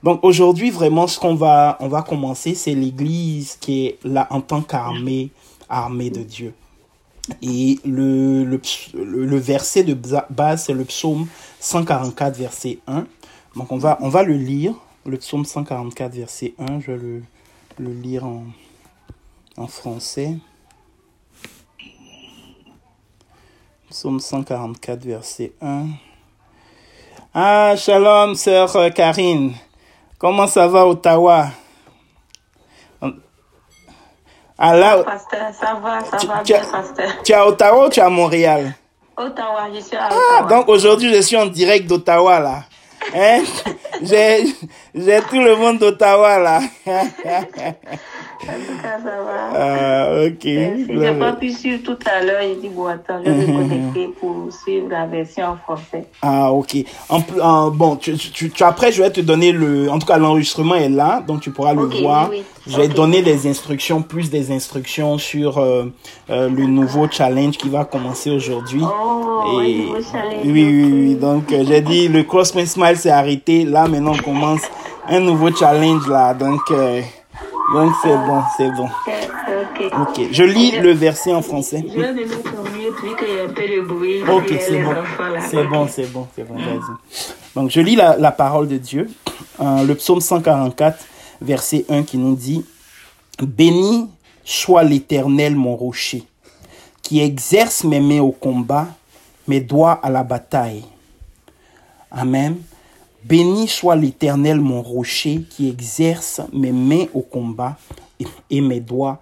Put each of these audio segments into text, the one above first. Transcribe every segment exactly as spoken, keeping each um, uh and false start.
Donc aujourd'hui, vraiment, ce qu'on va, on va commencer, c'est l'Église qui est là en tant qu'armée, armée de Dieu. Et le, le, le verset de base, c'est le psaume cent quarante-quatre, verset un. Donc on va, on va le lire, le psaume cent quarante-quatre, verset un. Je vais le, le lire en, en français. Psaume cent quarante-quatre, verset un. Ah, shalom, sœur Karine. Comment ça va, Ottawa? Ah là, pasteur, ça va, ça tu, va tu bien, as, pasteur. Tu es à Ottawa ou tu es à Montréal? Ottawa, je suis à Ah, Ottawa. donc aujourd'hui, je suis en direct d'Ottawa, là. Hein? j'ai, j'ai tout le monde d'Ottawa, là. En tout cas, ça va. Ah, ok. Merci. Je n'ai pas pu suivre tout à l'heure. J'ai dit, bon, attends, je vais me connecter pour suivre la version en français. Ah, ok. En, en, bon, tu, tu, tu, après, je vais te donner le... En tout cas, l'enregistrement est là, donc tu pourras le okay, voir. Oui, oui. Je vais okay. donner des instructions, plus des instructions sur euh, euh, le nouveau challenge qui va commencer aujourd'hui. Oh, Et... le nouveau challenge. Oui, oui, oui. Donc, euh, j'ai dit, le Crossman Smile s'est arrêté. Là, maintenant, on commence un nouveau challenge, là. Donc... Euh, Donc c'est bon, c'est bon. Okay. Ok, je lis je, le verset en français. Je vais me mettre en mute vu qu'il y a un peu de bruit. Ok, c'est bon. C'est bon, c'est bon, c'est bon, vas-y. Donc je lis la, la parole de Dieu. Euh, le psaume cent quarante-quatre, verset un qui nous dit « Béni soit l'Éternel mon rocher, qui exerce mes mains au combat, mes doigts à la bataille. » Amen. Béni soit l'Éternel, mon rocher, qui exerce mes mains au combat et, et mes doigts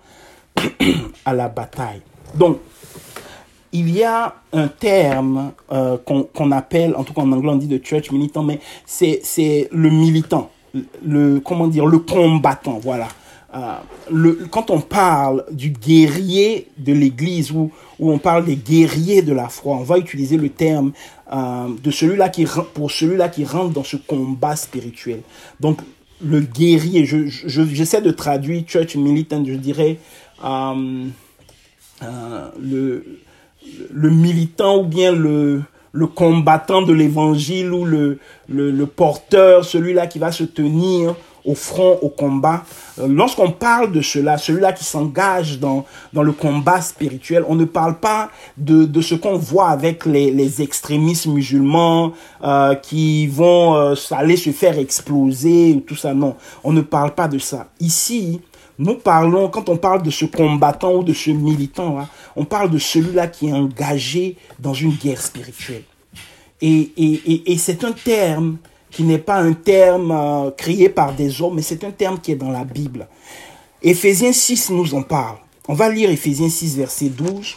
à la bataille. Donc, il y a un terme euh, qu'on, qu'on appelle, en tout cas en anglais on dit de church militant, mais c'est, c'est le militant, le, comment dire, le combattant, voilà. Euh, le, quand on parle du guerrier de l'Église ou où on parle des guerriers de la foi, on va utiliser le terme euh, de celui-là qui pour celui-là qui rentre dans ce combat spirituel. Donc le guerrier, je, je j'essaie de traduire church militant, je dirais euh, euh, le le militant ou bien le le combattant de l'évangile ou le le, le porteur, celui-là qui va se tenir au front, au combat. Lorsqu'on parle de cela, celui-là qui s'engage dans, dans le combat spirituel, on ne parle pas de, de ce qu'on voit avec les, les extrémistes musulmans euh, qui vont euh, aller se faire exploser ou tout ça. Non, on ne parle pas de ça. Ici, nous parlons, quand on parle de ce combattant ou de ce militant, là, on parle de celui-là qui est engagé dans une guerre spirituelle. Et, et, et, et c'est un terme qui n'est pas un terme euh, créé par des hommes, mais c'est un terme qui est dans la Bible. Éphésiens six nous en parle. On va lire Éphésiens six, verset douze.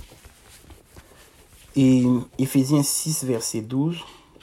Et Éphésiens six, verset douze.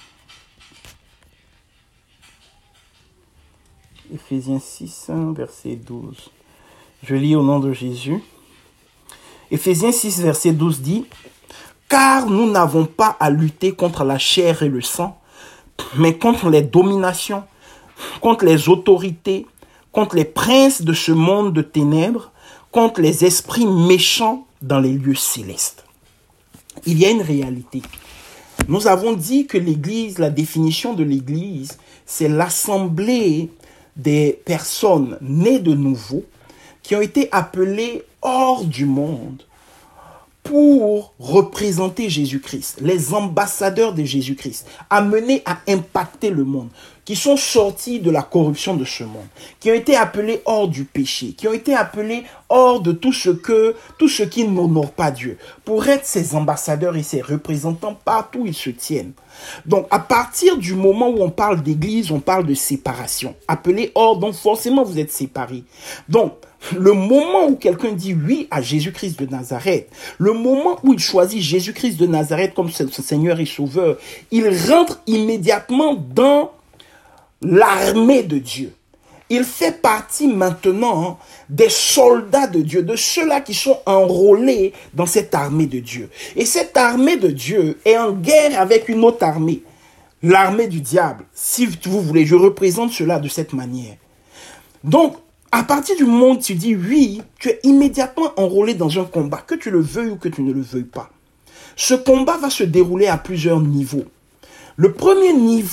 Éphésiens six, verset douze. Je lis au nom de Jésus. Éphésiens six, verset douze dit « Car nous n'avons pas à lutter contre la chair et le sang, mais contre les dominations, contre les autorités, contre les princes de ce monde de ténèbres, contre les esprits méchants dans les lieux célestes. » Il y a une réalité. Nous avons dit que l'Église, la définition de l'Église, c'est l'assemblée des personnes nées de nouveau qui ont été appelées hors du monde pour représenter Jésus-Christ, les ambassadeurs de Jésus-Christ, amenés à impacter le monde, qui sont sortis de la corruption de ce monde, qui ont été appelés hors du péché, qui ont été appelés hors de tout ce que, tout ce qui n'honore pas Dieu, pour être ses ambassadeurs et ses représentants partout où ils se tiennent. Donc, à partir du moment où on parle d'église, on parle de séparation. Appelés hors, donc forcément vous êtes séparés. Donc, le moment où quelqu'un dit oui à Jésus-Christ de Nazareth, le moment où il choisit Jésus-Christ de Nazareth comme ce Seigneur et Sauveur, il rentre immédiatement dans l'armée de Dieu. Il fait partie maintenant des soldats de Dieu, de ceux-là qui sont enrôlés dans cette armée de Dieu. Et cette armée de Dieu est en guerre avec une autre armée, l'armée du diable. Si vous voulez, je représente cela de cette manière. Donc, à partir du moment où tu dis oui, tu es immédiatement enrôlé dans un combat, que tu le veuilles ou que tu ne le veuilles pas. Ce combat va se dérouler à plusieurs niveaux. Le premier niveau,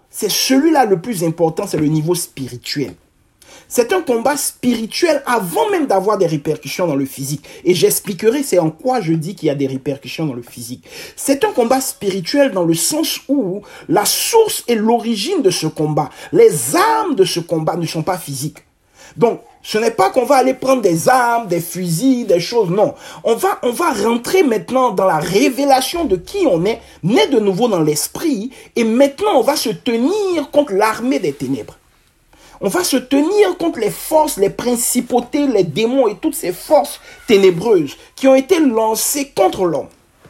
c'est celui-là le plus important, c'est le niveau spirituel. C'est un combat spirituel avant même d'avoir des répercussions dans le physique. Et j'expliquerai c'est en quoi je dis qu'il y a des répercussions dans le physique. C'est un combat spirituel dans le sens où la source et l'origine de ce combat, les armes de ce combat ne sont pas physiques. Donc, ce n'est pas qu'on va aller prendre des armes, des fusils, des choses, non. On va, on va rentrer maintenant dans la révélation de qui on est, né de nouveau dans l'esprit, et maintenant on va se tenir contre l'armée des ténèbres. On va se tenir contre les forces, les principautés, les démons et toutes ces forces ténébreuses qui ont été lancées contre l'homme.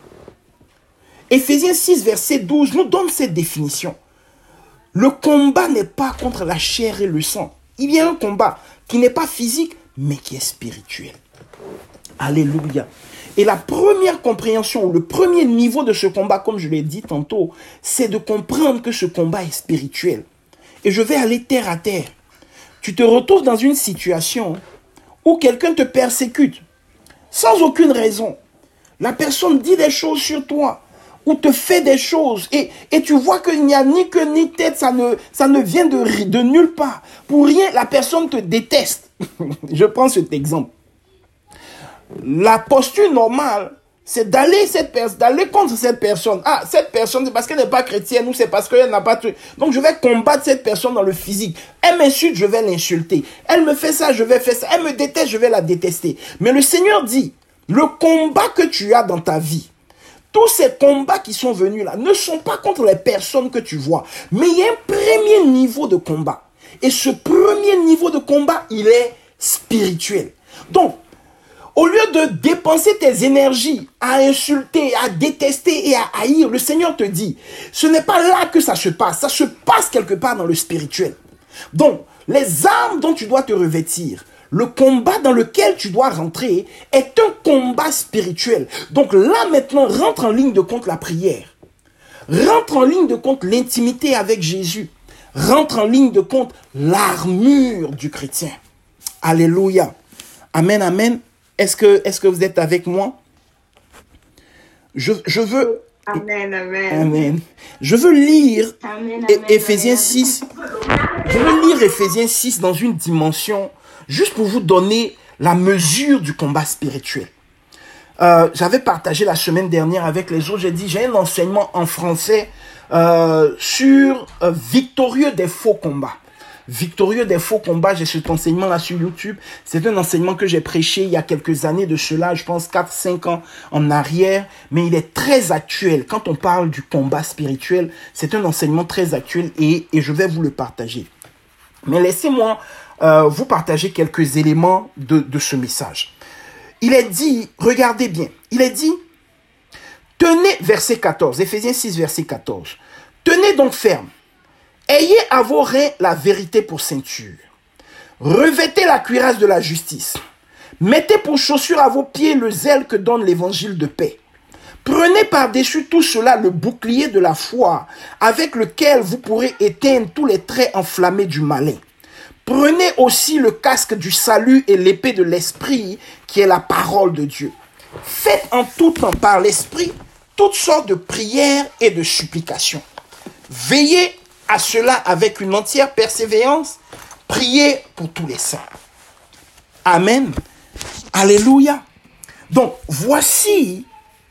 Éphésiens six, verset douze nous donne cette définition. Le combat n'est pas contre la chair et le sang. Il y a un combat qui n'est pas physique, mais qui est spirituel. Alléluia. Et la première compréhension, ou le premier niveau de ce combat, comme je l'ai dit tantôt, c'est de comprendre que ce combat est spirituel. Et je vais aller terre à terre. Tu te retrouves dans une situation où quelqu'un te persécute sans aucune raison. La personne dit des choses sur toi ou te fait des choses et, et tu vois qu'il n'y a ni queue ni tête, ça ne, ça ne vient de, de nulle part. Pour rien, la personne te déteste. Je prends cet exemple. La posture normale, c'est d'aller cette personne, d'aller contre cette personne. Ah, cette personne, c'est parce qu'elle n'est pas chrétienne ou c'est parce qu'elle n'a pas de... Donc, je vais combattre cette personne dans le physique. Elle m'insulte, je vais l'insulter. Elle me fait ça, je vais faire ça. Elle me déteste, je vais la détester. Mais le Seigneur dit, le combat que tu as dans ta vie, tous ces combats qui sont venus là, ne sont pas contre les personnes que tu vois. Mais il y a un premier niveau de combat. Et ce premier niveau de combat, il est spirituel. Donc, au lieu de dépenser tes énergies à insulter, à détester et à haïr, le Seigneur te dit, ce n'est pas là que ça se passe, ça se passe quelque part dans le spirituel. Donc, les armes dont tu dois te revêtir, le combat dans lequel tu dois rentrer est un combat spirituel. Donc là maintenant, rentre en ligne de compte la prière. Rentre en ligne de compte l'intimité avec Jésus. Rentre en ligne de compte l'armure du chrétien. Alléluia. Amen, amen. Est-ce que, est-ce que vous êtes avec moi? Je, je veux... Amen, amen. Amen. Je veux lire Amen, é- amen, Éphésiens amen. six. Je veux lire Éphésiens six dans une dimension, juste pour vous donner la mesure du combat spirituel. Euh, j'avais partagé la semaine dernière avec les autres, j'ai dit, j'ai un enseignement en français euh, sur euh, victorieux des faux combats. Victorieux des faux combats, j'ai cet enseignement-là sur YouTube. C'est un enseignement que j'ai prêché il y a quelques années de cela, je pense quatre cinq ans en arrière, mais il est très actuel. Quand on parle du combat spirituel, c'est un enseignement très actuel et, et je vais vous le partager. Mais laissez-moi euh, vous partager quelques éléments de, de ce message. Il est dit, regardez bien, il est dit, tenez, verset quatorze, Éphésiens six, verset quatorze, tenez donc ferme. Ayez à vos reins la vérité pour ceinture. Revêtez la cuirasse de la justice. Mettez pour chaussure à vos pieds le zèle que donne l'évangile de paix. Prenez par-dessus tout cela le bouclier de la foi, avec lequel vous pourrez éteindre tous les traits enflammés du malin. Prenez aussi le casque du salut et l'épée de l'esprit, qui est la parole de Dieu. Faites en tout temps par l'esprit toutes sortes de prières et de supplications. Veillez à cela avec une entière persévérance, priez pour tous les saints. Amen. Alléluia. Donc, voici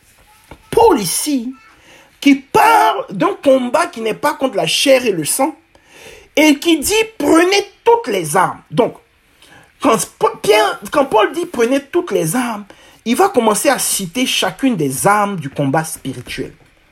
Paul ici, qui parle d'un combat qui n'est pas contre la chair et le sang, et qui dit, prenez toutes les armes. Donc, quand, Pierre, quand Paul dit, prenez toutes les armes, il va commencer à citer chacune des armes du combat spirituel.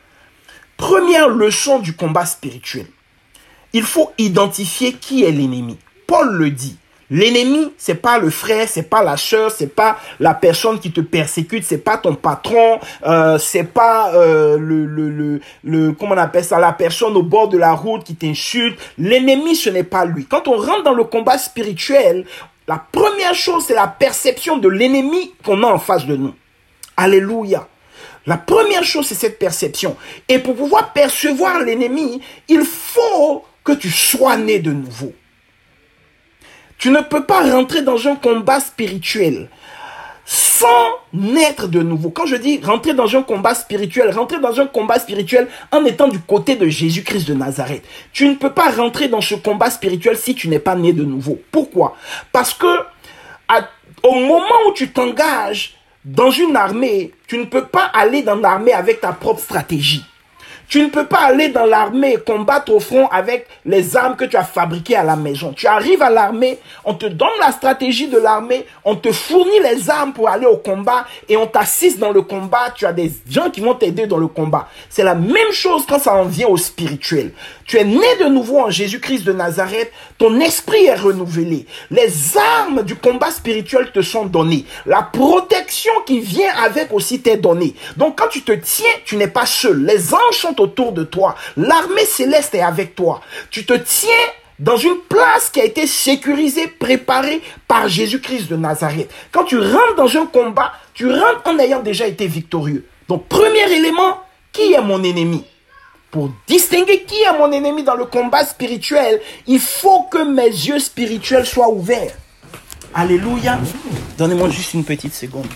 Première leçon du combat spirituel. Il faut identifier qui est l'ennemi. Paul le dit. L'ennemi, c'est pas le frère, c'est pas la sœur, c'est pas la personne qui te persécute, c'est pas ton patron, euh, c'est pas euh, le, le, le, le, comment on appelle ça, la personne au bord de la route qui t'insulte. L'ennemi, ce n'est pas lui. Quand on rentre dans le combat spirituel, la première chose, c'est la perception de l'ennemi qu'on a en face de nous. Alléluia. La première chose, c'est cette perception. Et pour pouvoir percevoir l'ennemi, il faut que tu sois né de nouveau. Tu ne peux pas rentrer dans un combat spirituel sans naître de nouveau. Quand je dis rentrer dans un combat spirituel, rentrer dans un combat spirituel en étant du côté de Jésus-Christ de Nazareth. Tu ne peux pas rentrer dans ce combat spirituel si tu n'es pas né de nouveau. Pourquoi? Parce que à, au moment où tu t'engages dans une armée, tu ne peux pas aller dans l'armée avec ta propre stratégie. Tu ne peux pas aller dans l'armée combattre au front avec les armes que tu as fabriquées à la maison. Tu arrives à l'armée, on te donne la stratégie de l'armée, on te fournit les armes pour aller au combat et on t'assiste dans le combat. Tu as des gens qui vont t'aider dans le combat. C'est la même chose quand ça en vient au spirituel. Tu es né de nouveau en Jésus-Christ de Nazareth, ton esprit est renouvelé. Les armes du combat spirituel te sont données. La protection qui vient avec aussi t'est donnée. Donc quand tu te tiens, tu n'es pas seul. Les anges sont autour de toi. L'armée céleste est avec toi. Tu te tiens dans une place qui a été sécurisée, préparée par Jésus-Christ de Nazareth. Quand tu rentres dans un combat, tu rentres en ayant déjà été victorieux. Donc, premier élément, qui est mon ennemi? Pour distinguer qui est mon ennemi dans le combat spirituel, il faut que mes yeux spirituels soient ouverts. Alléluia. Donnez-moi juste une petite seconde.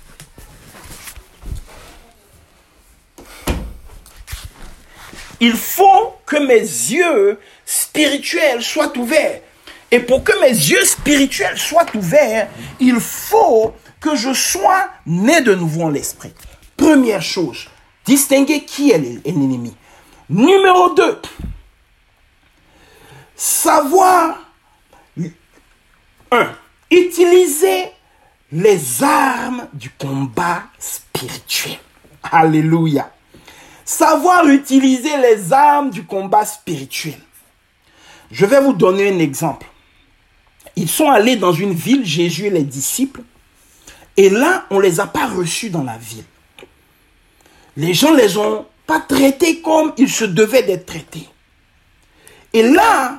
Il faut que mes yeux spirituels soient ouverts. Et pour que mes yeux spirituels soient ouverts, il faut que je sois né de nouveau en l'esprit. Première chose, distinguer qui est l'ennemi. Numéro deux, savoir, un, utiliser les armes du combat spirituel. Alléluia. Savoir utiliser les armes du combat spirituel. Je vais vous donner un exemple. Ils sont allés dans une ville, Jésus et les disciples, et là, on ne les a pas reçus dans la ville. Les gens ne les ont pas traités comme ils se devaient d'être traités. Et là,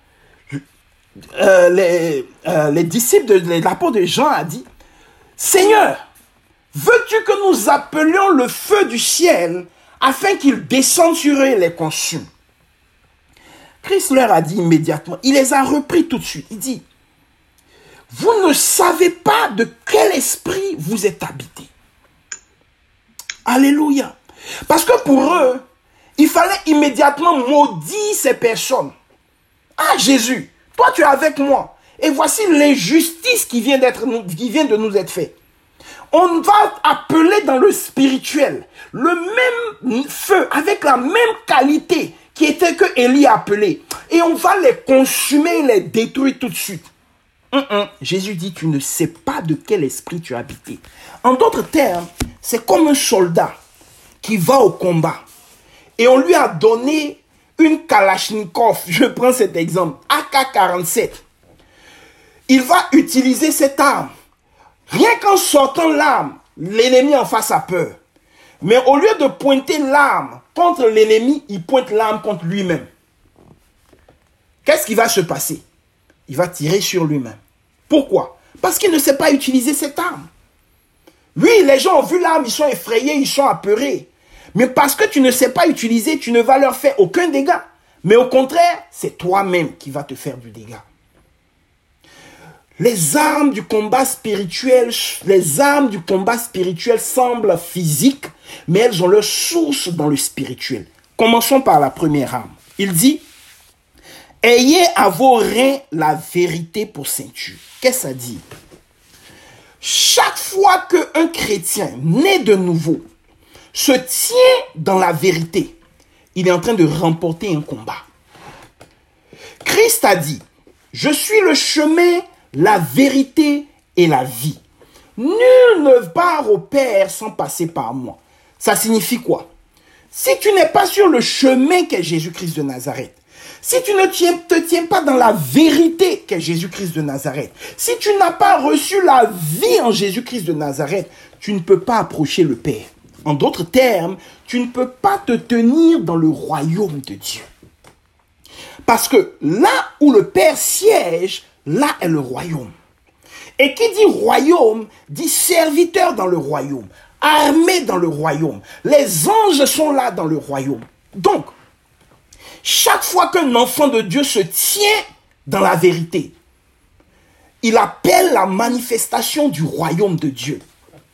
euh, les, euh, les disciples de l'apôtre de Jean a dit, « Seigneur, veux-tu que nous appelions le feu du ciel afin qu'il descende sur eux et les consume ?» Christ leur a dit immédiatement, il les a repris tout de suite. Il dit, « Vous ne savez pas de quel esprit vous êtes habités. » Alléluia. Parce que pour eux, il fallait immédiatement maudire ces personnes. Ah Jésus, toi tu es avec moi. Et voici l'injustice qui vient d'être, qui vient de nous être faite. On va appeler dans le spirituel le même feu avec la même qualité qui était que Élie a appelé. Et on va les consumer, les détruire tout de suite. Mm-mm. Jésus dit, tu ne sais pas de quel esprit tu as habité. En d'autres termes, c'est comme un soldat qui va au combat. Et on lui a donné une Kalachnikov. Je prends cet exemple. A K quarante-sept. Il va utiliser cette arme. Rien qu'en sortant l'arme, l'ennemi en face a peur. Mais au lieu de pointer l'arme contre l'ennemi, il pointe l'arme contre lui-même. Qu'est-ce qui va se passer? Il va tirer sur lui-même. Pourquoi? Parce qu'il ne sait pas utiliser cette arme. Oui, les gens ont vu l'arme, ils sont effrayés, ils sont apeurés. Mais parce que tu ne sais pas utiliser, tu ne vas leur faire aucun dégât. Mais au contraire, c'est toi-même qui vas te faire du dégât. Les armes du combat spirituel, les armes du combat spirituel semblent physiques, mais elles ont leur source dans le spirituel. Commençons par la première arme. Il dit, ayez à vos reins la vérité pour ceinture. Qu'est-ce que ça dit? Chaque fois qu'un chrétien né de nouveau se tient dans la vérité, il est en train de remporter un combat. Christ a dit, je suis le chemin, la vérité et la vie. Nul ne part au Père sans passer par moi. Ça signifie quoi? Si tu n'es pas sur le chemin qu'est Jésus-Christ de Nazareth, si tu ne tiens, te tiens pas dans la vérité qu'est Jésus-Christ de Nazareth, si tu n'as pas reçu la vie en Jésus-Christ de Nazareth, tu ne peux pas approcher le Père. En d'autres termes, tu ne peux pas te tenir dans le royaume de Dieu. Parce que là où le Père siège, là est le royaume. Et qui dit royaume, dit serviteur dans le royaume, armée dans le royaume. Les anges sont là dans le royaume. Donc, chaque fois qu'un enfant de Dieu se tient dans la vérité, il appelle la manifestation du royaume de Dieu.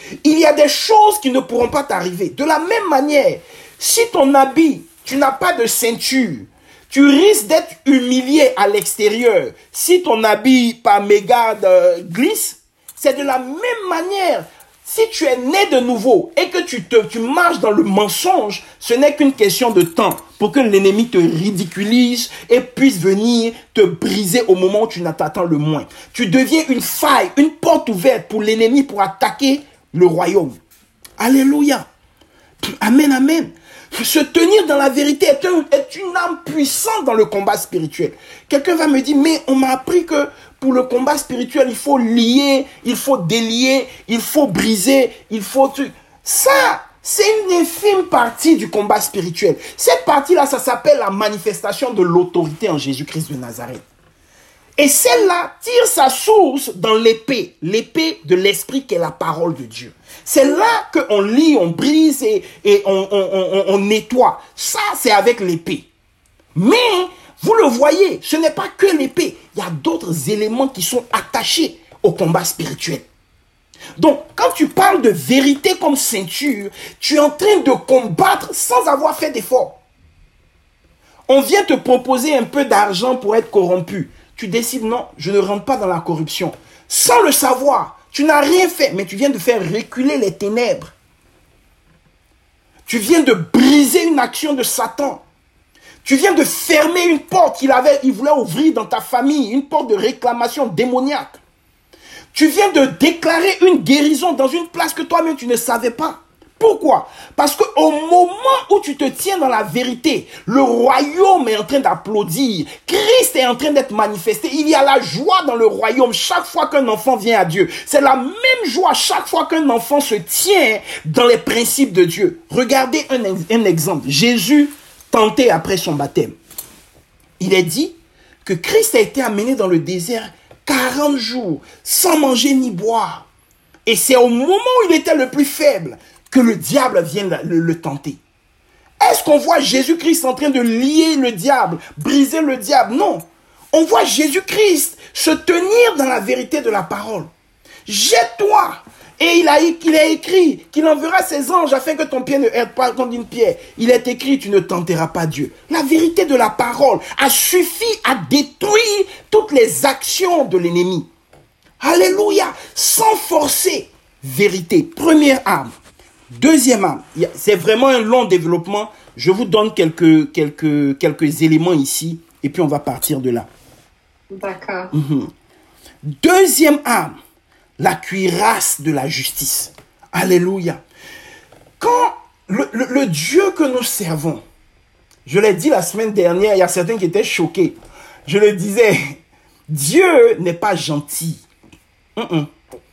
il y a des choses qui ne pourront pas t'arriver. De la même manière, si ton habit, tu n'as pas de ceinture, tu risques d'être humilié à l'extérieur. Si ton habit par mégarde euh, glisse, c'est de la même manière. Si tu es né de nouveau et que tu, te, tu marches dans le mensonge, ce n'est qu'une question de temps pour que l'ennemi te ridiculise et puisse venir te briser au moment où tu t'attends le moins. Tu deviens une faille, une porte ouverte pour l'ennemi pour attaquer le royaume. Alléluia. Amen, amen. Se tenir dans la vérité est, un, est une arme puissante dans le combat spirituel. Quelqu'un va me dire, mais on m'a appris que pour le combat spirituel, il faut lier, il faut délier, il faut briser, il faut... Ça, c'est une infime partie du combat spirituel. Cette partie-là, ça s'appelle la manifestation de l'autorité en Jésus-Christ de Nazareth. Et celle-là tire sa source dans l'épée, l'épée de l'esprit qui est la parole de Dieu. C'est là qu'on lit, on brise et, et on, on, on, on nettoie. Ça, c'est avec l'épée. Mais, vous le voyez, ce n'est pas que l'épée. Il y a d'autres éléments qui sont attachés au combat spirituel. Donc, quand tu parles de vérité comme ceinture, tu es en train de combattre sans avoir fait d'effort. On vient te proposer un peu d'argent pour être corrompu. Tu décides, non, je ne rentre pas dans la corruption. Sans le savoir, tu n'as rien fait, mais tu viens de faire reculer les ténèbres. Tu viens de briser une action de Satan. Tu viens de fermer une porte qu'il avait, il voulait ouvrir dans ta famille, une porte de réclamation démoniaque. Tu viens de déclarer une guérison dans une place que toi-même tu ne savais pas. Pourquoi? Parce qu'au moment où tu te tiens dans la vérité, le royaume est en train d'applaudir. Christ est en train d'être manifesté. Il y a la joie dans le royaume chaque fois qu'un enfant vient à Dieu. C'est la même joie chaque fois qu'un enfant se tient dans les principes de Dieu. Regardez un, un exemple. Jésus tenté après son baptême. Il est dit que Christ a été amené dans le désert quarante jours sans manger ni boire. Et c'est au moment où il était le plus faible que le diable vient le, le tenter. Est-ce qu'on voit Jésus-Christ en train de lier le diable, briser le diable? Non. On voit Jésus-Christ se tenir dans la vérité de la parole. Jette-toi. Et il a, il a écrit qu'il enverra ses anges afin que ton pied ne heurte pas contre une pierre. Il est écrit, tu ne tenteras pas Dieu. La vérité de la parole a suffi à détruire toutes les actions de l'ennemi. Alléluia. Sans forcer. Vérité. Première arme. Deuxième arme. C'est vraiment un long développement. Je vous donne quelques, quelques, quelques éléments ici. Et puis on va partir de là. D'accord. Mm-hmm. Deuxième arme. La cuirasse de la justice. Alléluia. Quand le, le, le Dieu que nous servons, je l'ai dit la semaine dernière, il y a certains qui étaient choqués. Je le disais, Dieu n'est pas gentil. Mm-mm.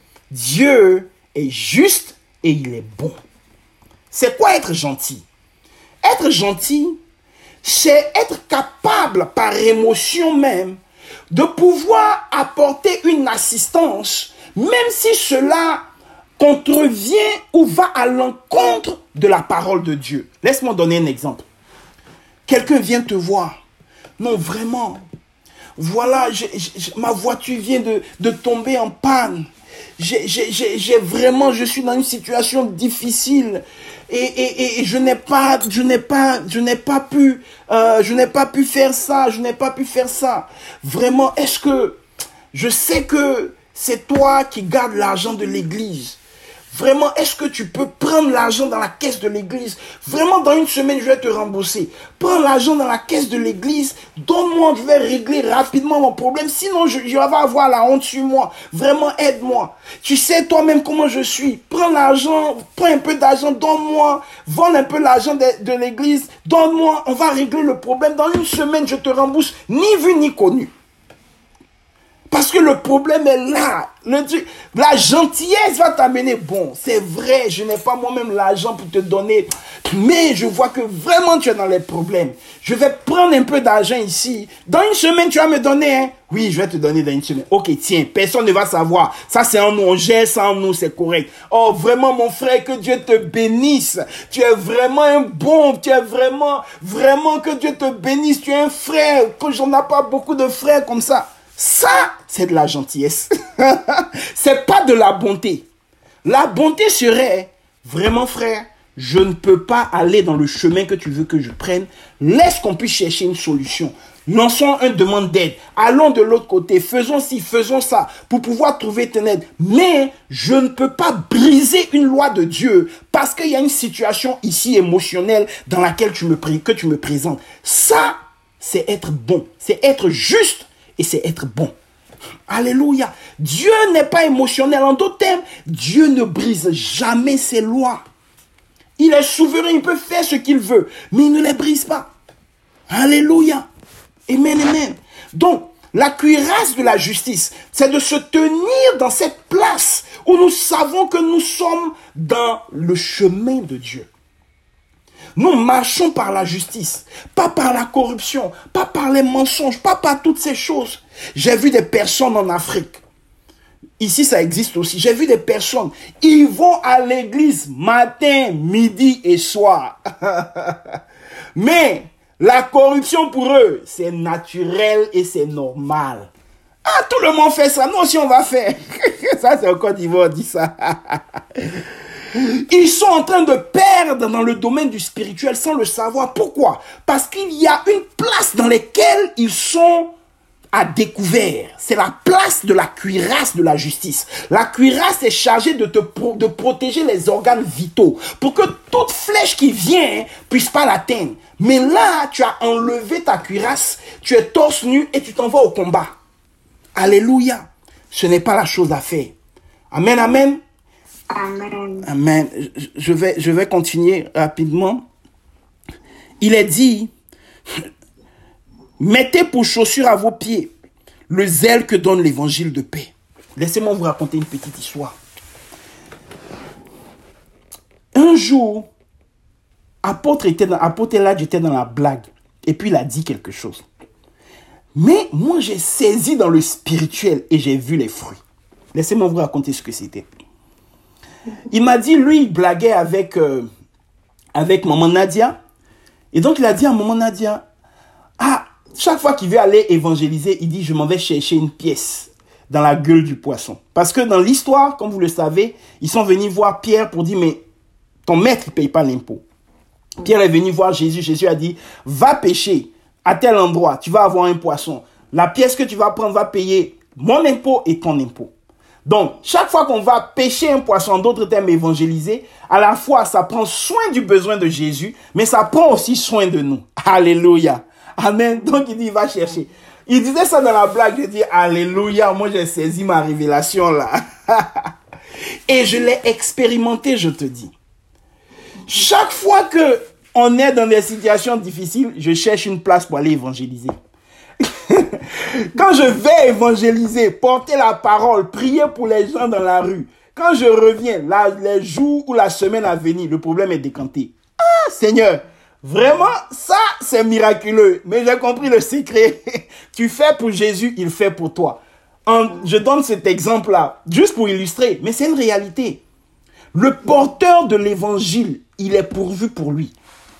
Dieu est juste et il est bon. C'est quoi être gentil? Être gentil, c'est être capable par émotion même de pouvoir apporter une assistance même si cela contrevient ou va à l'encontre de la parole de Dieu. Laisse-moi donner un exemple. Quelqu'un vient te voir. Non, vraiment. Voilà, j'ai, j'ai, ma voiture vient de, de tomber en panne. J'ai, j'ai, j'ai, j'ai vraiment, je suis dans une situation difficile. Et, et, et je n'ai pas, je n'ai pas, je n'ai pas pu, euh, je n'ai pas pu faire ça, je n'ai pas pu faire ça. Vraiment, est-ce que, je sais que c'est toi qui gardes l'argent de l'église. Vraiment, est-ce que tu peux prendre l'argent dans la caisse de l'église? Vraiment, dans une semaine, je vais te rembourser. Prends l'argent dans la caisse de l'église. Donne-moi, je vais régler rapidement mon problème. Sinon, je, je vais avoir la honte sur moi. Vraiment, aide-moi. Tu sais toi-même comment je suis. Prends l'argent, prends un peu d'argent, donne-moi. Vends un peu l'argent de, de l'église. Donne-moi, on va régler le problème. Dans une semaine, je te rembourse. Ni vu, ni connu. Parce que le problème est là. Le, la gentillesse va t'amener. Bon, c'est vrai, je n'ai pas moi-même l'argent pour te donner. Mais je vois que vraiment tu es dans les problèmes. Je vais prendre un peu d'argent ici. Dans une semaine, tu vas me donner. Hein? Oui, je vais te donner dans une semaine. Ok, tiens, personne ne va savoir. Ça, c'est en nous. On gère ça en nous, c'est correct. Oh, vraiment, mon frère, que Dieu te bénisse. Tu es vraiment un bon. Tu es vraiment, vraiment que Dieu te bénisse. Tu es un frère. Que j'en ai pas beaucoup de frères comme ça. Ça, c'est de la gentillesse. C'est pas de la bonté. La bonté serait, vraiment frère, je ne peux pas aller dans le chemin que tu veux que je prenne. Laisse qu'on puisse chercher une solution. Lançons une demande d'aide. Allons de l'autre côté. Faisons ci, faisons ça pour pouvoir trouver ton aide. Mais je ne peux pas briser une loi de Dieu parce qu'il y a une situation ici émotionnelle dans laquelle tu me, que tu me présentes. Ça, c'est être bon. C'est être juste et c'est être bon. Alléluia. Dieu n'est pas émotionnel. En d'autres termes, Dieu ne brise jamais ses lois. Il est souverain, il peut faire ce qu'il veut, mais il ne les brise pas. Alléluia. Amen, amen. Donc, la cuirasse de la justice, c'est de se tenir dans cette place où nous savons que nous sommes dans le chemin de Dieu. Nous marchons par la justice, pas par la corruption, pas par les mensonges, pas par toutes ces choses. J'ai vu des personnes en Afrique. Ici, ça existe aussi. J'ai vu des personnes, ils vont à l'église matin, midi et soir. Mais la corruption pour eux, c'est naturel et c'est normal. Ah, tout le monde fait ça. Nous aussi, on va faire. Ça, c'est en Côte d'Ivoire, on dit ça. Ils sont en train de perdre dans le domaine du spirituel sans le savoir. Pourquoi? Parce qu'il y a une place dans laquelle ils sont à découvert. C'est la place de la cuirasse de la justice. La cuirasse est chargée de te pro- de protéger les organes vitaux pour que toute flèche qui vient puisse pas l'atteindre. Mais là, tu as enlevé ta cuirasse, tu es torse nu et tu t'en vas au combat. Alléluia. Ce n'est pas la chose à faire. Amen, amen. Amen. Amen. Je vais, je vais continuer rapidement. Il est dit, mettez pour chaussure à vos pieds le zèle que donne l'évangile de paix. Laissez-moi vous raconter une petite histoire. Un jour, apôtre était dans, apôtre Elijah était dans la blague. Et puis il a dit quelque chose. Mais moi j'ai saisi dans le spirituel et j'ai vu les fruits. Laissez-moi vous raconter ce que c'était. Il m'a dit, lui, il blaguait avec, euh, avec maman Nadia. Et donc il a dit à maman Nadia, ah, chaque fois qu'il veut aller évangéliser, il dit, je m'en vais chercher une pièce dans la gueule du poisson. Parce que dans l'histoire, comme vous le savez, ils sont venus voir Pierre pour dire, mais ton maître ne paye pas l'impôt. Pierre est venu voir Jésus. Jésus a dit, va pêcher à tel endroit, tu vas avoir un poisson. La pièce que tu vas prendre va payer mon impôt et ton impôt. Donc, chaque fois qu'on va pêcher un poisson, en d'autres termes évangéliser, à la fois, ça prend soin du besoin de Jésus, mais ça prend aussi soin de nous. Alléluia. Amen. Donc, il dit, il va chercher. Il disait ça dans la blague. Je dis, alléluia. Moi, j'ai saisi ma révélation là. Et je l'ai expérimenté, je te dis. Chaque fois que on est dans des situations difficiles, je cherche une place pour aller évangéliser. Quand je vais évangéliser, porter la parole, prier pour les gens dans la rue, quand je reviens, là, les jours ou la semaine à venir, le problème est décanté. Ah, Seigneur, vraiment, ça, c'est miraculeux. Mais j'ai compris le secret. Tu fais pour Jésus, il fait pour toi. En, je donne cet exemple-là, juste pour illustrer, mais c'est une réalité. Le porteur de l'évangile, il est pourvu pour lui.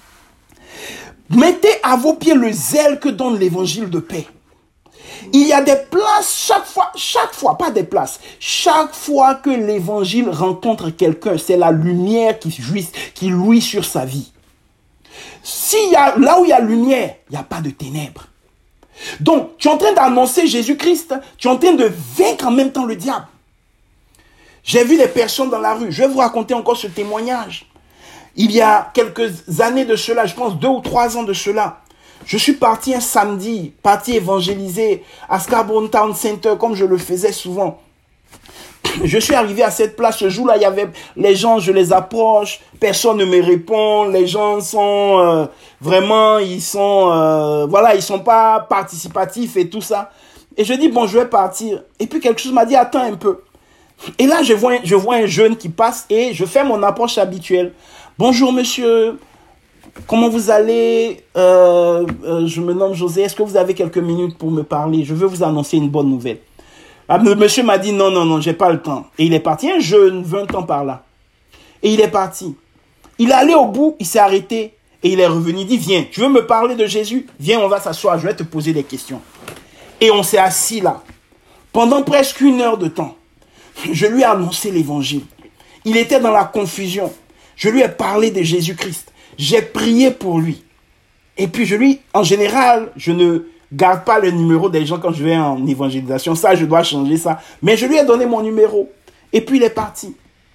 Mettez à vos pieds le zèle que donne l'évangile de paix. Il y a des places chaque fois, chaque fois, pas des places, chaque fois que l'évangile rencontre quelqu'un, c'est la lumière qui jouit, qui louit sur sa vie. S'il y a, là où il y a lumière, il n'y a pas de ténèbres. Donc, tu es en train d'annoncer Jésus-Christ, tu es en train de vaincre en même temps le diable. J'ai vu des personnes dans la rue, je vais vous raconter encore ce témoignage. Il y a quelques années de cela, je pense deux ou trois ans de cela, je suis parti un samedi, parti évangéliser à Scarborough Town Center comme je le faisais souvent. Je suis arrivé à cette place, ce jour-là, il y avait les gens, je les approche, personne ne me répond, les gens sont euh, vraiment, ils sont, euh, voilà, ils sont pas participatifs et tout ça. Et je dis, bon, je vais partir. Et puis quelque chose m'a dit, attends un peu. Et là, je vois, je vois un jeune qui passe et je fais mon approche habituelle. Bonjour monsieur, comment vous allez? euh, euh, Je me nomme José, est-ce que vous avez quelques minutes pour me parler? Je veux vous annoncer une bonne nouvelle. Ah, le monsieur m'a dit non, non, non, j'ai pas le temps. Et il est parti, un jeune, vingt ans par là. Et il est parti. Il est allé au bout, il s'est arrêté et il est revenu. Il dit, viens, tu veux me parler de Jésus? Viens, on va s'asseoir, je vais te poser des questions. Et on s'est assis là. Pendant presque une heure de temps, je lui ai annoncé l'évangile. Il était dans la confusion. Je lui ai parlé de Jésus-Christ. J'ai prié pour lui. Et puis je lui, en général, je ne garde pas le numéro des gens quand je vais en évangélisation. Ça, je dois changer ça. Mais je lui ai donné mon numéro. Et puis il est parti.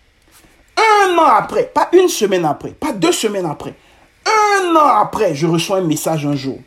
Un an après, pas une semaine après, pas deux semaines après, un an après, je reçois un message un jour.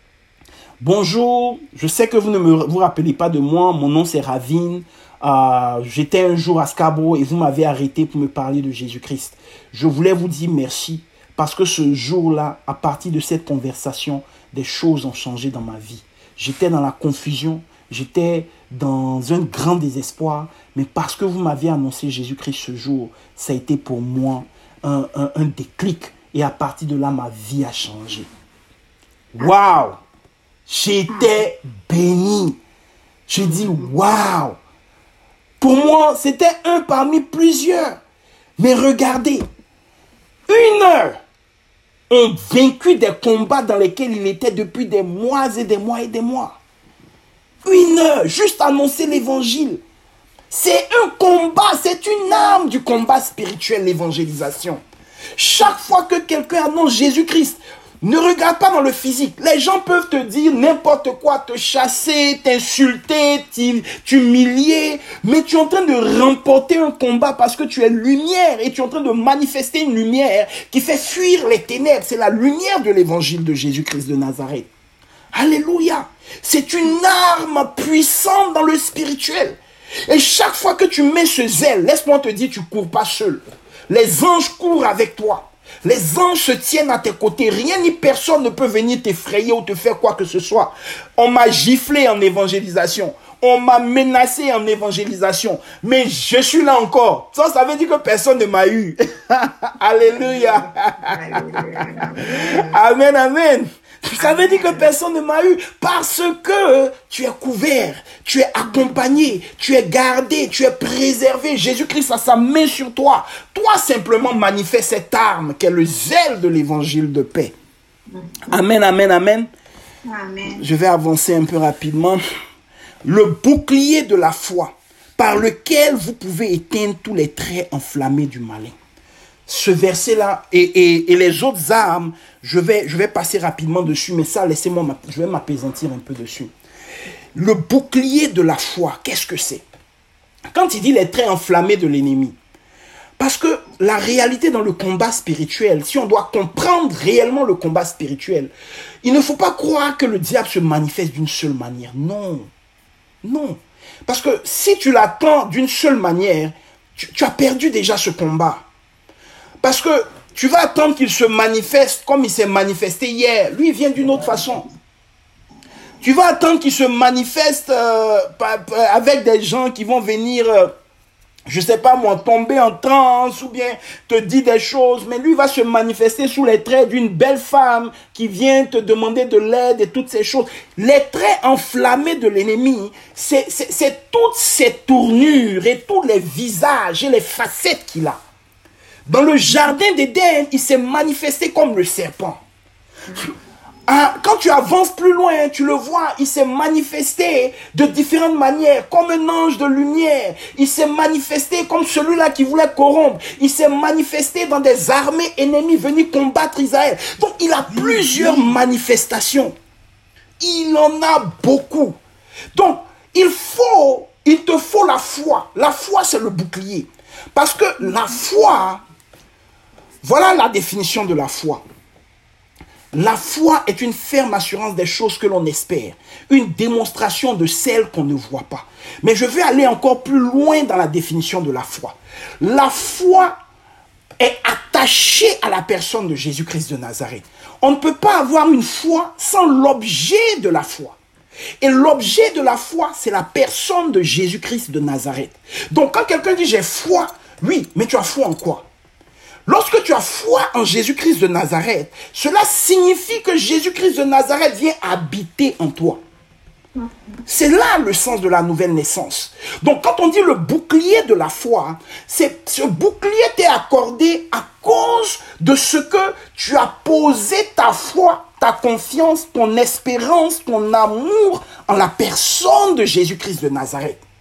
Bonjour, je sais que vous ne me vous rappelez pas de moi, mon nom c'est Ravine. Euh, j'étais un jour à Scarborough et vous m'avez arrêté pour me parler de Jésus-Christ. Je voulais vous dire merci parce que ce jour-là, à partir de cette conversation, des choses ont changé dans ma vie. J'étais dans la confusion, j'étais dans un grand désespoir, mais parce que vous m'aviez annoncé Jésus-Christ ce jour, ça a été pour moi un, un, un déclic et à partir de là, ma vie a changé. Waouh! J'étais béni. J'ai dit waouh! Pour moi, c'était un parmi plusieurs. Mais regardez, une heure ont vaincu des combats dans lesquels il était depuis des mois et des mois et des mois. Une heure, juste annoncer l'évangile. C'est un combat, c'est une arme du combat spirituel, l'évangélisation. Chaque fois que quelqu'un annonce Jésus-Christ, ne regarde pas dans le physique. Les gens peuvent te dire n'importe quoi, te chasser, t'insulter, t'humilier, mais tu es en train de remporter un combat parce que tu es lumière et tu es en train de manifester une lumière qui fait fuir les ténèbres. C'est la lumière de l'évangile de Jésus-Christ de Nazareth. Alléluia. C'est une arme puissante dans le spirituel. Et chaque fois que tu mets ce zèle, laisse-moi te dire, tu ne cours pas seul. Les anges courent avec toi. Les anges se tiennent à tes côtés. Rien ni personne ne peut venir t'effrayer ou te faire quoi que ce soit. On m'a giflé en évangélisation. On m'a menacé en évangélisation. Mais je suis là encore. Ça, ça veut dire que personne ne m'a eu. Alléluia. Amen, amen. Ça veut dire que personne ne m'a eu parce que tu es couvert, tu es accompagné, tu es gardé, tu es préservé. Jésus-Christ a sa main sur toi. Toi simplement manifeste cette arme qui est le zèle de l'évangile de paix. Amen, amen, amen. Amen. Je vais avancer un peu rapidement. Le bouclier de la foi par lequel vous pouvez éteindre tous les traits enflammés du malin. Ce verset-là et, et, et les autres armes, je vais, je vais passer rapidement dessus, mais ça, laissez-moi, je vais m'apaisantir un peu dessus. Le bouclier de la foi, qu'est-ce que c'est? Quand il dit les traits enflammés de l'ennemi, parce que la réalité dans le combat spirituel, si on doit comprendre réellement le combat spirituel, il ne faut pas croire que le diable se manifeste d'une seule manière. Non, non. Parce que si tu l'attends d'une seule manière, tu, tu as perdu déjà ce combat. Parce que tu vas attendre qu'il se manifeste comme il s'est manifesté hier. Lui, il vient d'une autre façon. Tu vas attendre qu'il se manifeste euh, avec des gens qui vont venir, euh, je ne sais pas moi, tomber en transe ou bien te dire des choses. Mais lui va se manifester sous les traits d'une belle femme qui vient te demander de l'aide et toutes ces choses. Les traits enflammés de l'ennemi, c'est, c'est, c'est toutes ces tournures et tous les visages et les facettes qu'il a. Dans le jardin d'Éden, il s'est manifesté comme le serpent. Ah, quand tu avances plus loin, tu le vois, il s'est manifesté de différentes manières, comme un ange de lumière. Il s'est manifesté comme celui-là qui voulait corrompre. Il s'est manifesté dans des armées ennemies venues combattre Israël. Donc, il a plusieurs manifestations. Il en a beaucoup. Donc, il faut, il te faut la foi. La foi, c'est le bouclier. Parce que la foi, voilà la définition de la foi. La foi est une ferme assurance des choses que l'on espère, une démonstration de celles qu'on ne voit pas. Mais je vais aller encore plus loin dans la définition de la foi. La foi est attachée à la personne de Jésus-Christ de Nazareth. On ne peut pas avoir une foi sans l'objet de la foi. Et l'objet de la foi, c'est la personne de Jésus-Christ de Nazareth. Donc quand quelqu'un dit j'ai foi, oui, mais tu as foi en quoi? Lorsque tu as foi en Jésus-Christ de Nazareth, cela signifie que Jésus-Christ de Nazareth vient habiter en toi. C'est là le sens de la nouvelle naissance. Donc quand on dit le bouclier de la foi, c'est, ce bouclier t'est accordé à cause de ce que tu as posé ta foi, ta confiance, ton espérance, ton amour en la personne de Jésus-Christ de Nazareth.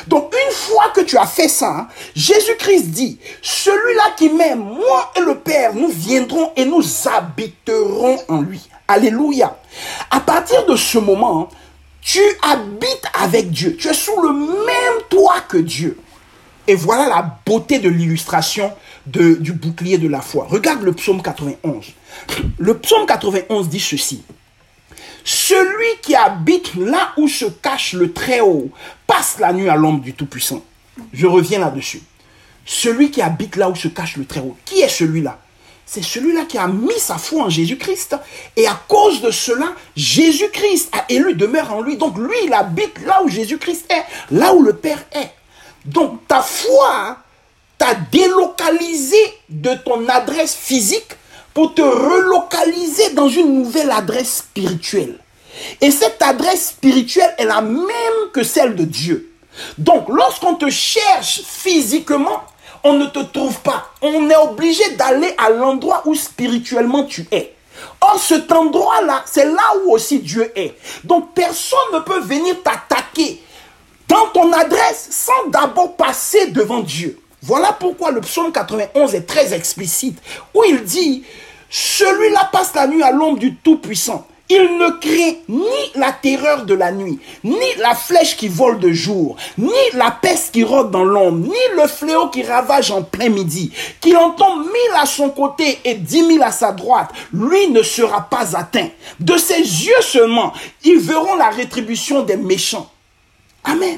Donc, une fois que tu as fait ça, Jésus-Christ dit, celui-là qui m'aime, moi et le Père, nous viendrons et nous habiterons en lui. Alléluia. À partir de ce moment, tu habites avec Dieu. Tu es sous le même toit que Dieu. Et voilà la beauté de l'illustration de, du bouclier de la foi. Regarde le psaume quatre-vingt-onze. Le psaume quatre-vingt-onze dit ceci. Celui qui habite là où se cache le Très-Haut passe la nuit à l'ombre du Tout-Puissant. Je reviens là-dessus. Celui qui habite là où se cache le Très-Haut. Qui est celui-là? C'est celui-là qui a mis sa foi en Jésus-Christ. Et à cause de cela, Jésus-Christ a élu demeure en lui. Donc lui, il habite là où Jésus-Christ est, là où le Père est. Donc ta foi t'a délocalisé de ton adresse physique pour te relocaliser dans une nouvelle adresse spirituelle. Et cette adresse spirituelle est la même que celle de Dieu. Donc, lorsqu'on te cherche physiquement, on ne te trouve pas. On est obligé d'aller à l'endroit où spirituellement tu es. Or, cet endroit-là, c'est là où aussi Dieu est. Donc, personne ne peut venir t'attaquer dans ton adresse sans d'abord passer devant Dieu. Voilà pourquoi le psaume quatre-vingt-onze est très explicite, où il dit, celui-là passe la nuit à l'ombre du Tout-Puissant. Il ne craint ni la terreur de la nuit, ni la flèche qui vole de jour, ni la peste qui rôde dans l'ombre, ni le fléau qui ravage en plein midi. Qu'il en tombe mille à son côté et dix mille à sa droite, lui ne sera pas atteint. De ses yeux seulement, ils verront la rétribution des méchants. Amen.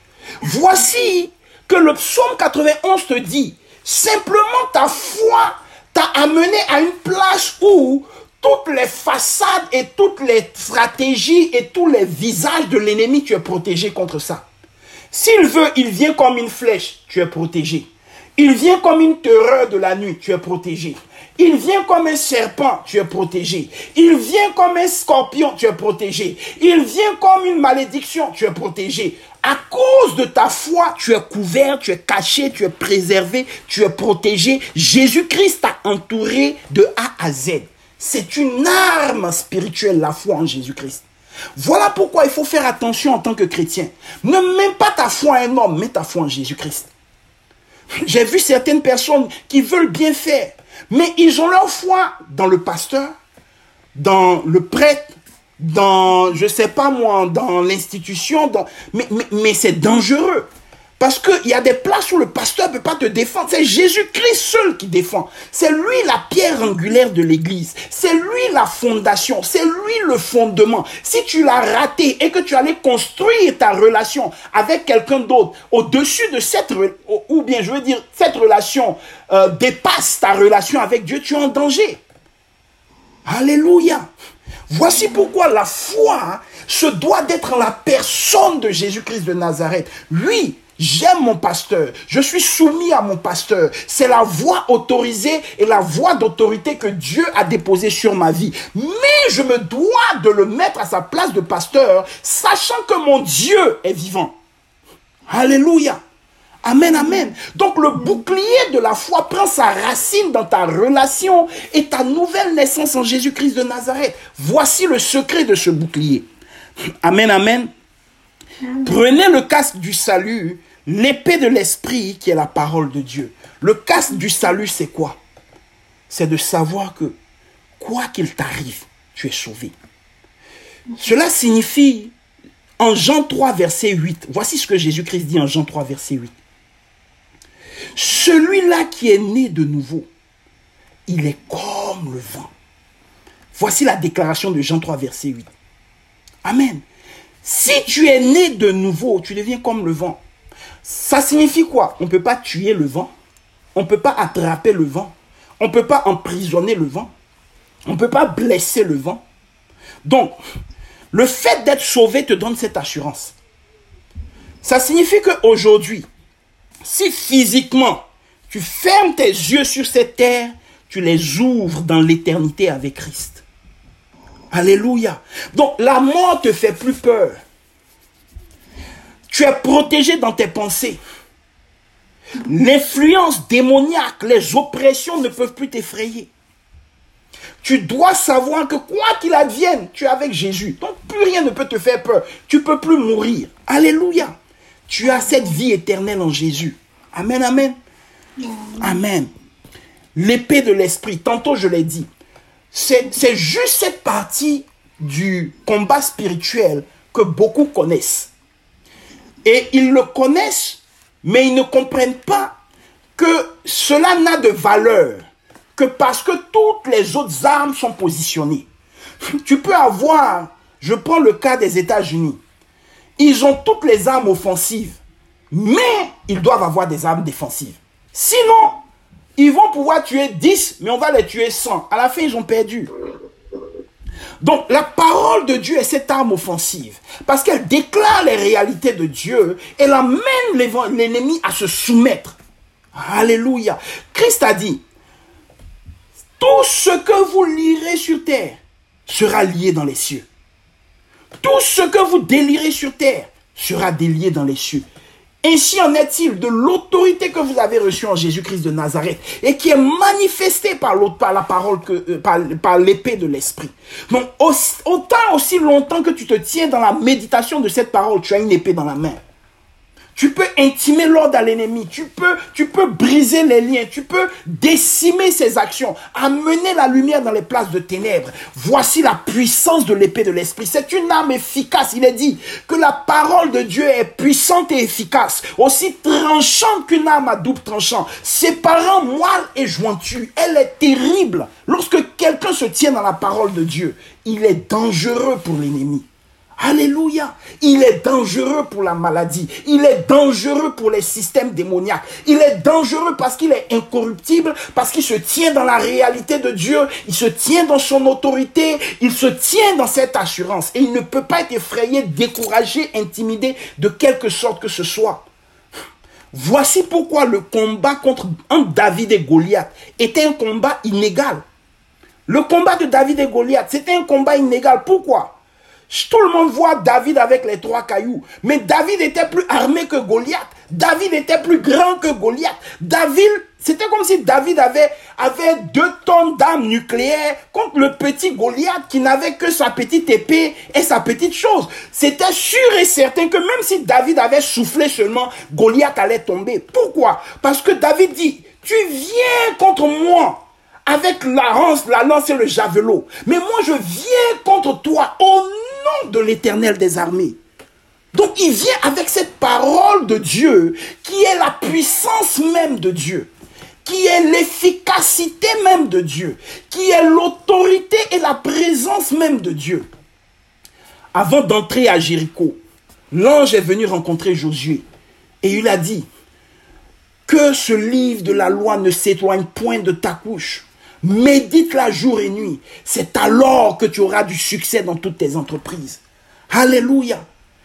Voici que le psaume quatre-vingt-onze te dit, simplement ta foi t'a amené à une place où toutes les façades et toutes les stratégies et tous les visages de l'ennemi, tu es protégé contre ça. S'il veut, il vient comme une flèche, tu es protégé. Il vient comme une terreur de la nuit, tu es protégé. Il vient comme un serpent, tu es protégé. Il vient comme un scorpion, tu es protégé. Il vient comme une malédiction, tu es protégé. À cause de ta foi, tu es couvert, tu es caché, tu es préservé, tu es protégé. Jésus-Christ t'a entouré de A à Z. C'est une arme spirituelle, la foi en Jésus-Christ. Voilà pourquoi il faut faire attention en tant que chrétien. Ne mets pas ta foi à un homme, mets ta foi en Jésus-Christ. J'ai vu certaines personnes qui veulent bien faire, mais ils ont leur foi dans le pasteur, dans le prêtre, dans, je sais pas moi, dans l'institution, dans... mais, mais, mais c'est dangereux. Parce qu'il y a des places où le pasteur ne peut pas te défendre. C'est Jésus-Christ seul qui défend. C'est lui la pierre angulaire de l'église. C'est lui la fondation. C'est lui le fondement. Si tu l'as raté et que tu allais construire ta relation avec quelqu'un d'autre au-dessus de cette, ou bien je veux dire, cette relation euh, dépasse ta relation avec Dieu, tu es en danger. Alléluia. Voici pourquoi la foi se doit d'être en la personne de Jésus-Christ de Nazareth. Lui, j'aime mon pasteur, je suis soumis à mon pasteur. C'est la voix autorisée et la voix d'autorité que Dieu a déposée sur ma vie. Mais je me dois de le mettre à sa place de pasteur, sachant que mon Dieu est vivant. Alléluia. Amen, amen. Donc le bouclier de la foi prend sa racine dans ta relation et ta nouvelle naissance en Jésus-Christ de Nazareth. Voici le secret de ce bouclier. Amen, amen. Prenez le casque du salut, l'épée de l'esprit qui est la parole de Dieu. Le casque du salut, c'est quoi? C'est de savoir que quoi qu'il t'arrive, tu es sauvé. Cela signifie, en Jean trois, verset huit, voici ce que Jésus-Christ dit en Jean trois, verset huit. Celui-là qui est né de nouveau, il est comme le vent. Voici la déclaration de Jean trois, verset huit. Amen. Si tu es né de nouveau, tu deviens comme le vent. Ça signifie quoi? On ne peut pas tuer le vent. On ne peut pas attraper le vent. On ne peut pas emprisonner le vent. On ne peut pas blesser le vent. Donc, le fait d'être sauvé te donne cette assurance. Ça signifie qu'aujourd'hui, si physiquement, tu fermes tes yeux sur cette terre, tu les ouvres dans l'éternité avec Christ. Alléluia. Donc, la mort ne te fait plus peur. Tu es protégé dans tes pensées. L'influence démoniaque, les oppressions ne peuvent plus t'effrayer. Tu dois savoir que quoi qu'il advienne, tu es avec Jésus. Donc, plus rien ne peut te faire peur. Tu ne peux plus mourir. Alléluia. Tu as cette vie éternelle en Jésus. Amen, amen. Amen. L'épée de l'esprit, tantôt je l'ai dit, c'est, c'est juste cette partie du combat spirituel que beaucoup connaissent. Et ils le connaissent, mais ils ne comprennent pas que cela n'a de valeur que parce que toutes les autres armes sont positionnées. Tu peux avoir, je prends le cas des États-Unis, ils ont toutes les armes offensives, mais ils doivent avoir des armes défensives. Sinon, ils vont pouvoir tuer dix, mais on va les tuer cent. À la fin, ils ont perdu. Donc, la parole de Dieu est cette arme offensive, parce qu'elle déclare les réalités de Dieu, elle amène l'ennemi à se soumettre. Alléluia. Christ a dit, tout ce que vous lirez sur terre sera lié dans les cieux. Tout ce que vous délirez sur terre sera délié dans les cieux. Ainsi en est-il de l'autorité que vous avez reçue en Jésus-Christ de Nazareth et qui est manifestée par, l'autre, par la parole, que, euh, par, par l'épée de l'esprit. Donc, aussi, autant aussi longtemps que tu te tiens dans la méditation de cette parole, tu as une épée dans la main. Tu peux intimer l'ordre à l'ennemi, tu peux, tu peux briser les liens, tu peux décimer ses actions, amener la lumière dans les places de ténèbres. Voici la puissance de l'épée de l'esprit. C'est une arme efficace. Il est dit que la parole de Dieu est puissante et efficace, aussi tranchante qu'une arme à double tranchant, séparant moelle et jointure. Elle est terrible. Lorsque quelqu'un se tient dans la parole de Dieu, il est dangereux pour l'ennemi. Alléluia. Il est dangereux pour la maladie. Il est dangereux pour les systèmes démoniaques. Il est dangereux parce qu'il est incorruptible, parce qu'il se tient dans la réalité de Dieu. Il se tient dans son autorité. Il se tient dans cette assurance. Et il ne peut pas être effrayé, découragé, intimidé de quelque sorte que ce soit. Voici pourquoi le combat contre entre David et Goliath était un combat inégal. Le combat de David et Goliath, c'était un combat inégal. Pourquoi ? Tout le monde voit David avec les trois cailloux. Mais David était plus armé que Goliath. David était plus grand que Goliath. David, c'était comme si David avait, avait deux tonnes d'armes nucléaires contre le petit Goliath qui n'avait que sa petite épée et sa petite chose. C'était sûr et certain que même si David avait soufflé seulement, Goliath allait tomber. Pourquoi? Parce que David dit, tu viens contre moi avec la lance, la lance et le javelot. Mais moi, je viens contre toi au nom de l'Éternel des armées. Donc, il vient avec cette parole de Dieu qui est la puissance même de Dieu, qui est l'efficacité même de Dieu, qui est l'autorité et la présence même de Dieu. Avant d'entrer à Jéricho, l'ange est venu rencontrer Josué et il a dit que ce livre de la loi ne s'éloigne point de ta couche. Médite-la jour et nuit. C'est alors que tu auras du succès dans toutes tes entreprises. Alléluia.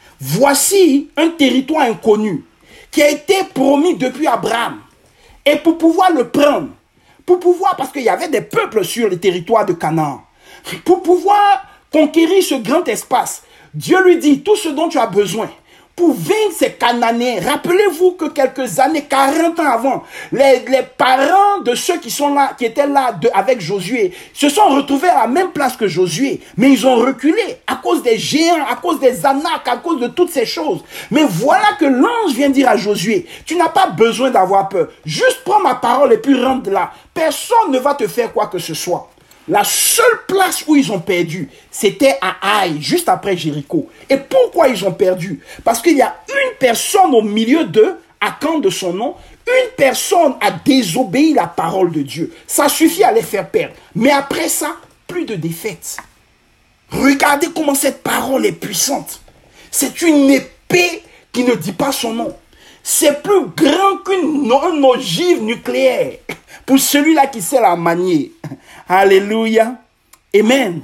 Voici un territoire inconnu qui a été promis depuis Abraham. Et pour pouvoir le prendre, pour pouvoir, parce qu'il y avait des peuples sur le territoire de Canaan, pour pouvoir conquérir ce grand espace, Dieu lui dit tout ce dont tu as besoin. Pour vaincre ces Cananéens, rappelez-vous que quelques années, quarante ans avant, les, les parents de ceux qui sont là, qui étaient là de, avec Josué, se sont retrouvés à la même place que Josué, mais ils ont reculé à cause des géants, à cause des Anacs, à cause de toutes ces choses. Mais voilà que l'ange vient dire à Josué, tu n'as pas besoin d'avoir peur, juste prends ma parole et puis rentre là. Personne ne va te faire quoi que ce soit. La seule place où ils ont perdu, c'était à Haï, juste après Jéricho. Et pourquoi ils ont perdu? Parce qu'il y a une personne au milieu d'eux, Akan de son nom, une personne a désobéi la parole de Dieu. Ça suffit à les faire perdre. Mais après ça, plus de défaite. Regardez comment cette parole est puissante. C'est une épée qui ne dit pas son nom. C'est plus grand qu'une ogive nucléaire pour celui-là qui sait la manier. Alléluia. Amen.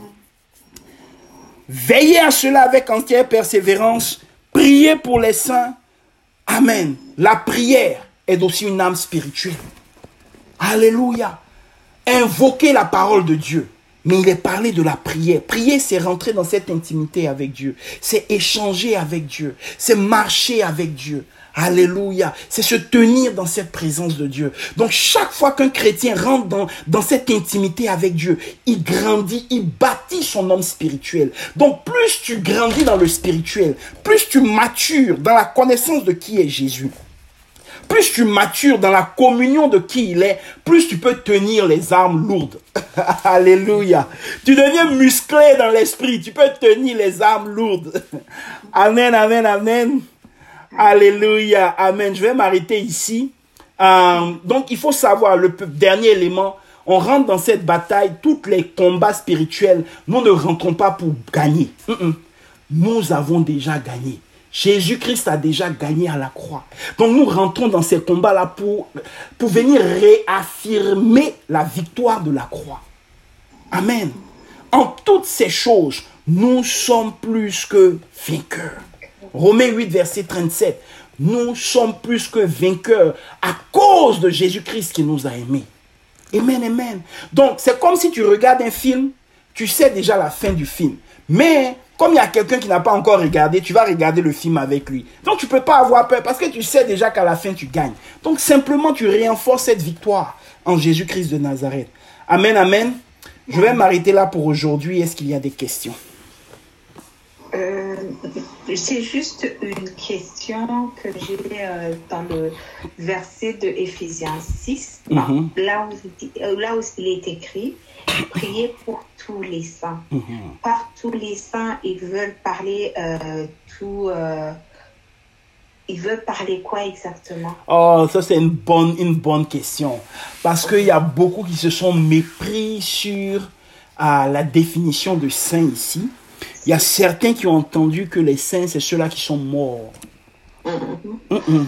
Veillez à cela avec entière persévérance. Priez pour les saints. Amen. La prière est aussi une âme spirituelle. Alléluia. Invoquez la parole de Dieu. Mais il est parlé de la prière. Prier, c'est rentrer dans cette intimité avec Dieu. C'est échanger avec Dieu. C'est marcher avec Dieu. Alléluia. C'est se tenir dans cette présence de Dieu. Donc, chaque fois qu'un chrétien rentre dans, dans cette intimité avec Dieu, il grandit, il bâtit son homme spirituel. Donc, plus tu grandis dans le spirituel, plus tu matures dans la connaissance de qui est Jésus, plus tu matures dans la communion de qui il est, plus tu peux tenir les armes lourdes. Alléluia. Tu deviens musclé dans l'esprit. Tu peux tenir les armes lourdes. Amen, amen, amen. Alléluia, amen. Je vais m'arrêter ici. Euh, donc, il faut savoir, le dernier élément, on rentre dans cette bataille, tous les combats spirituels, nous ne rentrons pas pour gagner. Mm-mm. Nous avons déjà gagné. Jésus-Christ a déjà gagné à la croix. Donc, nous rentrons dans ces combats-là pour, pour venir réaffirmer la victoire de la croix. Amen. En toutes ces choses, nous sommes plus que vainqueurs. Romains huit, verset trente-sept. Nous sommes plus que vainqueurs à cause de Jésus-Christ qui nous a aimés. Amen, amen. Donc, c'est comme si tu regardes un film, tu sais déjà la fin du film. Mais, comme il y a quelqu'un qui n'a pas encore regardé, tu vas regarder le film avec lui. Donc, tu ne peux pas avoir peur parce que tu sais déjà qu'à la fin, tu gagnes. Donc, simplement, tu renforces cette victoire en Jésus-Christ de Nazareth. Amen, amen. Je vais m'arrêter là pour aujourd'hui. Est-ce qu'il y a des questions? Euh, c'est juste une question que j'ai euh, dans le verset de Éphésiens six, mm-hmm. là, où, là où il est écrit « Priez pour tous les saints mm-hmm. ». Par tous les saints, ils veulent parler euh, tout... Euh, ils veulent parler quoi exactement? Oh, ça c'est une bonne, une bonne question. Parce qu'il y a beaucoup qui se sont mépris sur euh, la définition de saint ici. Il y a certains qui ont entendu que les saints, c'est ceux-là qui sont morts. Mm-hmm. Mm-mm.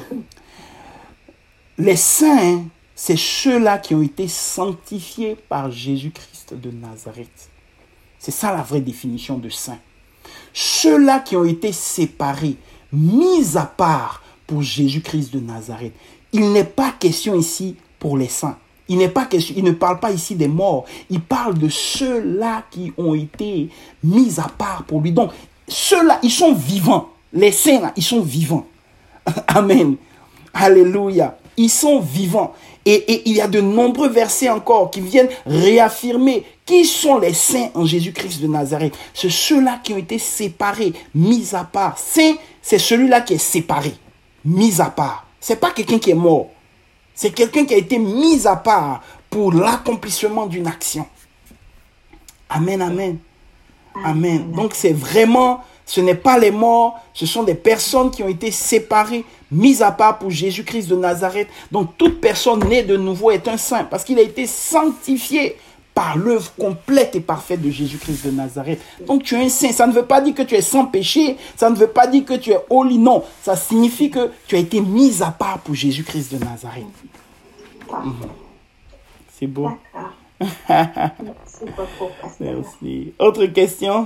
Les saints, c'est ceux-là qui ont été sanctifiés par Jésus-Christ de Nazareth. C'est ça la vraie définition de saint. Ceux-là qui ont été séparés, mis à part pour Jésus-Christ de Nazareth. Il n'est pas question ici pour les saints. Il n'est pas question, il ne parle pas ici des morts. Il parle de ceux-là qui ont été mis à part pour lui. Donc, ceux-là, ils sont vivants. Les saints, là, ils sont vivants. Amen. Alléluia. Ils sont vivants. Et, et il y a de nombreux versets encore qui viennent réaffirmer qui sont les saints en Jésus-Christ de Nazareth. C'est ceux-là qui ont été séparés, mis à part. Saint, c'est celui-là qui est séparé, mis à part. C'est pas quelqu'un qui est mort. C'est quelqu'un qui a été mis à part pour l'accomplissement d'une action. Amen, amen. Amen. Donc c'est vraiment, ce n'est pas les morts, ce sont des personnes qui ont été séparées, mises à part pour Jésus-Christ de Nazareth. Donc toute personne née de nouveau est un saint parce qu'il a été sanctifié par l'œuvre complète et parfaite de Jésus-Christ de Nazareth. Donc tu es un saint. Ça ne veut pas dire que tu es sans péché. Ça ne veut pas dire que tu es holy. Non. Ça signifie que tu as été mis à part pour Jésus-Christ de Nazareth. Mmh. C'est beau. Merci beaucoup. Merci. Autre question?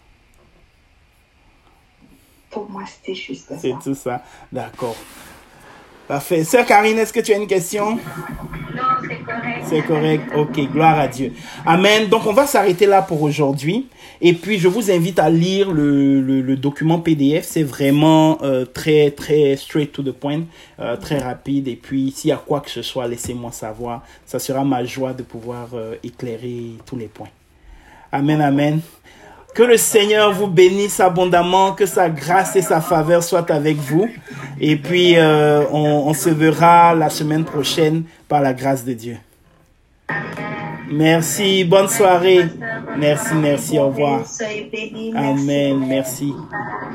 Pour moi, c'était juste ça. C'est tout ça. D'accord. Parfait. Sœur Karine, est-ce que tu as une question? Non, c'est correct. C'est correct. Ok, gloire à Dieu. Amen. Donc, on va s'arrêter là pour aujourd'hui. Et puis, je vous invite à lire le, le, le document P D F. C'est vraiment euh, très, très straight to the point, euh, très rapide. Et puis, s'il y a quoi que ce soit, laissez-moi savoir. Ça sera ma joie de pouvoir euh, éclairer tous les points. Amen, amen. Que le Seigneur vous bénisse abondamment, que sa grâce et sa faveur soient avec vous. Et puis, euh, on, on se verra la semaine prochaine par la grâce de Dieu. Merci, bonne soirée. Merci, merci, au revoir. Amen, merci.